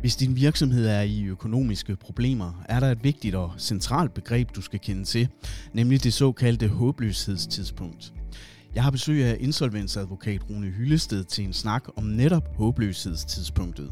Hvis din virksomhed er i økonomiske problemer, er der et vigtigt og centralt begreb, du skal kende til, nemlig det såkaldte håbløshedstidspunkt. Jeg har besøg af insolvensadvokat Rune Hyllested til en snak om netop håbløshedstidspunktet.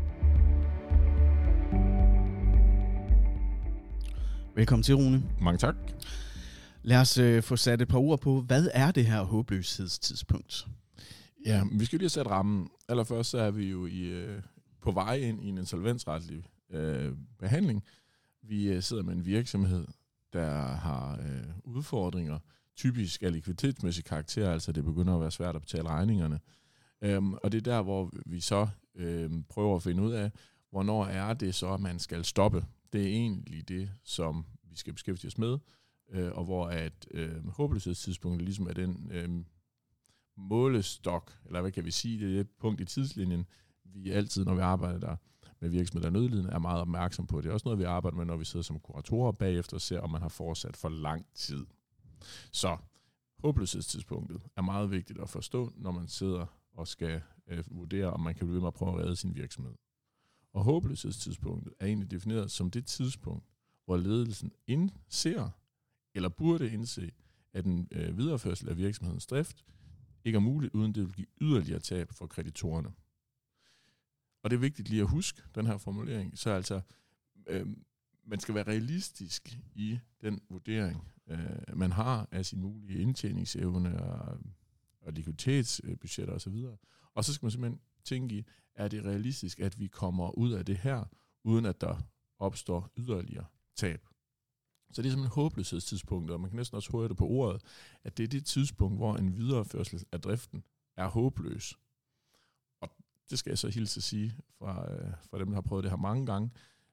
Velkommen til, Rune. Mange tak. Lad os få sat et par ord på, hvad er det her håbløshedstidspunkt? Ja, vi skal lige have sat rammen. Allerførst så er vi jo på vej ind i en insolvensretlig behandling. Vi sidder med en virksomhed, der har udfordringer, typisk af likviditetsmæssig karakter, altså det begynder at være svært at betale regningerne. Og det er der, hvor vi så prøver at finde ud af, hvornår er det så, man skal stoppe. Det er egentlig det, som vi skal beskæftige os med, og hvor at håbløshedstidspunktet ligesom er den målestok, eller hvad kan vi sige, det er det punkt i tidslinjen, vi altid, når vi arbejder med virksomheder, der er nødlidende, er meget opmærksom på. Det er også noget, vi arbejder med, når vi sidder som kuratorer bagefter og ser, om man har fortsat for lang tid. Så håbløshedstidspunktet er meget vigtigt at forstå, når man sidder og skal vurdere, om man kan blive ved med at prøve at redde sin virksomhed. Og håbløshedstidspunktet er egentlig defineret som det tidspunkt, hvor ledelsen indser, eller burde indse, at en videreførsel af virksomhedens drift ikke er muligt, uden det vil give yderligere tab for kreditorerne. Og det er vigtigt lige at huske den her formulering, så altså man skal være realistisk i den vurdering, man har af sin mulige indtjeningsevne og likviditetsbudgetter osv. Og så skal man simpelthen tænke i, er det realistisk, at vi kommer ud af det her, uden at der opstår yderligere tab. Så det er simpelthen håbløshedstidspunkt, og man kan næsten også høre det på ordet, at det er det tidspunkt, hvor en videreførsel af driften er håbløs. Og det skal jeg så hilse at sige fra dem, der har prøvet det her mange gange.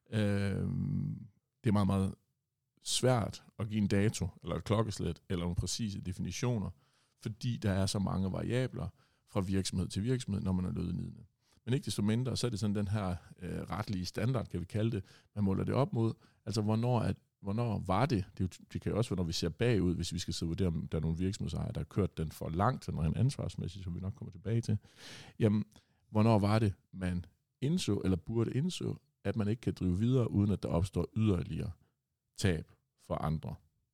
Det er meget, meget svært at give en dato, eller et klokkeslæt, eller nogle præcise definitioner, fordi der er så mange variabler fra virksomhed til virksomhed, når man er nødlidende. Men ikke desto mindre, så er det sådan den her retlige standard, kan vi kalde det, man måler det op mod. Altså, hvornår var det? Det kan jo også være, når vi ser bagud, hvis vi skal sidde og vurdere, om der er nogle virksomhedsejere, der har kørt den for langt, sådan rent ansvarsmæssigt, som vi nok kommer tilbage til. Jamen, hvornår var det, man indså, eller burde indså, at man ikke kan drive videre, uden at der opstår yderligere tab for andre?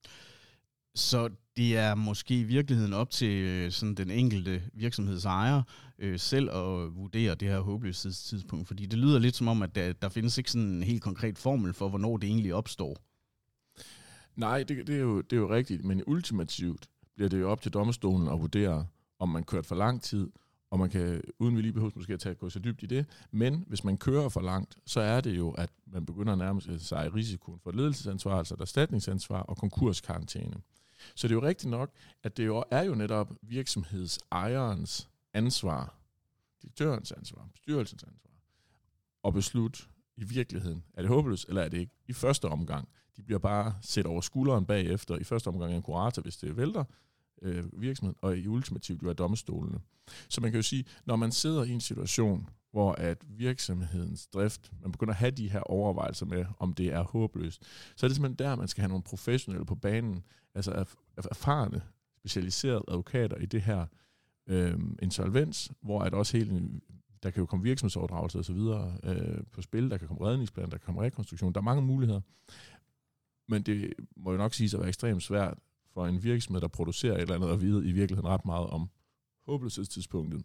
Så det er måske i virkeligheden op til sådan den enkelte virksomhedsejer selv at vurdere det her håbløshedstidspunkt, fordi det lyder lidt som om, at der findes ikke sådan en helt konkret formel for, hvornår det egentlig opstår. Nej, det er jo rigtigt, men ultimativt bliver det jo op til domstolen at vurdere, om man kørt for lang tid, og man kan, uden vi lige behøver måske at gå så dybt i det, men hvis man kører for langt, så er det jo, at man begynder at nærme sig risikoen for ledelsesansvar, altså et erstatningsansvar og konkurskarantæne. Så det er jo rigtigt nok, at det jo er jo netop virksomhedsejerens ansvar, direktørens ansvar, bestyrelsens ansvar, at beslutte i virkeligheden, er det håbløst, eller er det ikke i første omgang. De bliver bare set over skulderen bagefter, i første omgang en kurator, hvis det vælter virksomheden, og i ultimativt jo er domstolene. Så man kan jo sige, når man sidder i en situation, hvor at virksomhedens drift, man begynder at have de her overvejelser med, om det er håbløst, så er det simpelthen der, man skal have nogle professionelle på banen, altså erfarne, specialiserede advokater i det her insolvens, hvor at også der kan jo komme virksomhedsoverdragelse og så videre på spil, der kan komme redningsplan, der kan komme rekonstruktion, der er mange muligheder. Men det må jo nok siges at være ekstremt svært for en virksomhed, der producerer et eller andet, at vide i virkeligheden ret meget om håbløshedstidspunktet.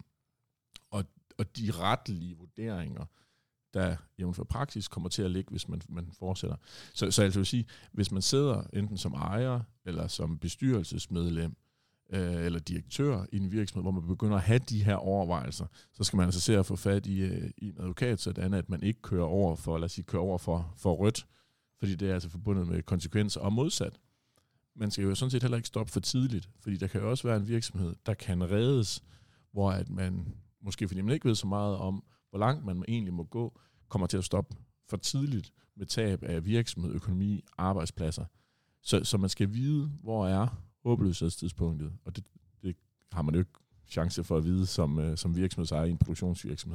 Og de retlige vurderinger, der jævnfør praksis kommer til at ligge, hvis man fortsætter. Så altså vil sige, hvis man sidder enten som ejer, eller som bestyrelsesmedlem, eller direktør i en virksomhed, hvor man begynder at have de her overvejelser, så skal man altså se at få fat i en advokat, sådan at man ikke kører over for rødt, fordi det er altså forbundet med konsekvenser og modsat. Man skal jo sådan set heller ikke stoppe for tidligt, fordi der kan jo også være en virksomhed, der kan reddes, hvor at man, måske fordi man ikke ved så meget om, hvor langt man egentlig må gå, kommer til at stoppe for tidligt med tab af virksomhed, økonomi, arbejdspladser. Så man skal vide, hvor er håbløshedstidspunktet, og det har man jo ikke chance for at vide som virksomhedsejer i en produktionsvirksomhed.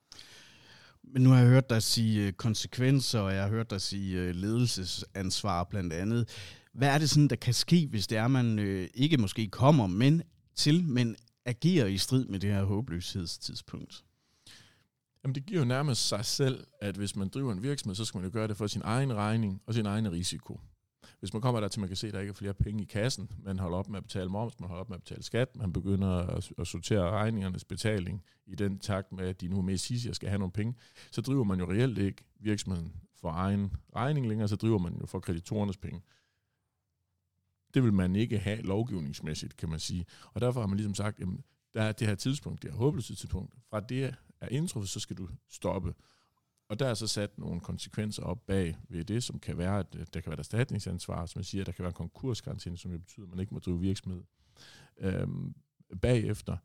Men nu har jeg hørt dig sige konsekvenser, og jeg har hørt dig sige ledelsesansvar blandt andet. Hvad er det sådan, der kan ske, hvis det er, man ikke måske kommer men agerer i strid med det her håbløshedstidspunkt? Jamen det giver jo nærmest sig selv, at hvis man driver en virksomhed, så skal man jo gøre det for sin egen regning og sin egen risiko. Hvis man kommer der til, man kan se, at der ikke er flere penge i kassen, man holder op med at betale moms, man holder op med at betale skat, man begynder at sortere regningernes betaling i den takt med, at de nu med sidst skal have nogle penge, så driver man jo reelt ikke virksomheden for egen regning længere, så driver man jo for kreditorernes penge. Det vil man ikke have lovgivningsmæssigt, kan man sige. Og derfor har man ligesom sagt, jamen, der er det her tidspunkt, det her håbløshedstidspunkt. Fra det er indtruffet, så skal du stoppe. Og der er så sat nogle konsekvenser op bag ved det, som kan være, at der kan være et erstatningsansvar, som man siger, at der kan være en konkurskarantæne, som betyder, at man ikke må drive virksomhed bagefter.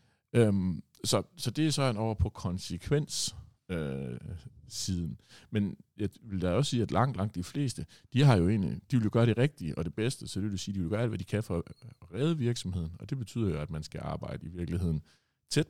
Så det er så en over på konsekvens siden. Men jeg vil da også sige, at langt de fleste, de vil jo gøre det rigtige og det bedste, så det vil sige, at de vil gøre alt, hvad de kan for at redde virksomheden, og det betyder jo, at man skal arbejde i virkeligheden tæt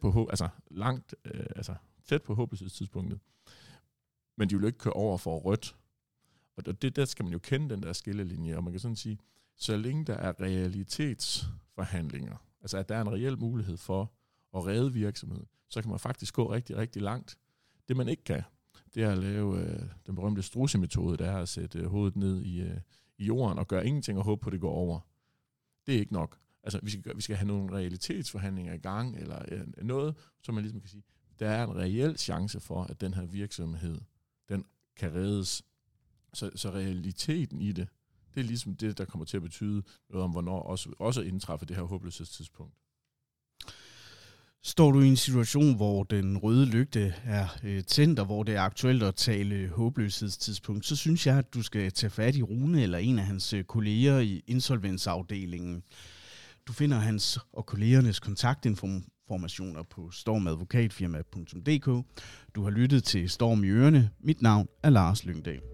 på håbløshedstidspunktet. Men de vil jo ikke køre over for rødt. Og det der skal man jo kende, den der skillelinje, og man kan sådan sige, så længe der er realitetsforhandlinger, altså at der er en reel mulighed for at redde virksomheden, så kan man faktisk gå rigtig, rigtig langt. Det man ikke kan, det er at lave den berømte strudsemetode, der er at sætte hovedet ned i jorden og gøre ingenting og håbe på, at det går over. Det er ikke nok. Altså vi skal have nogle realitetsforhandlinger i gang, eller noget, som man ligesom kan sige, der er en reel chance for, at den her virksomhed, den kan reddes. Så realiteten i det, det er ligesom det, der kommer til at betyde noget om, hvornår også indtræffer det her håbløshedstidspunkt. Står du i en situation, hvor den røde lygte er tændt, og hvor det er aktuelt at tale håbløshedstidspunkt, så synes jeg, at du skal tage fat i Rune eller en af hans kolleger i insolvensafdelingen. Du finder hans og kollegernes kontaktinformationer på stormadvokatfirma.dk. Du har lyttet til Storm i Ørene. Mit navn er Lars Lyngdal.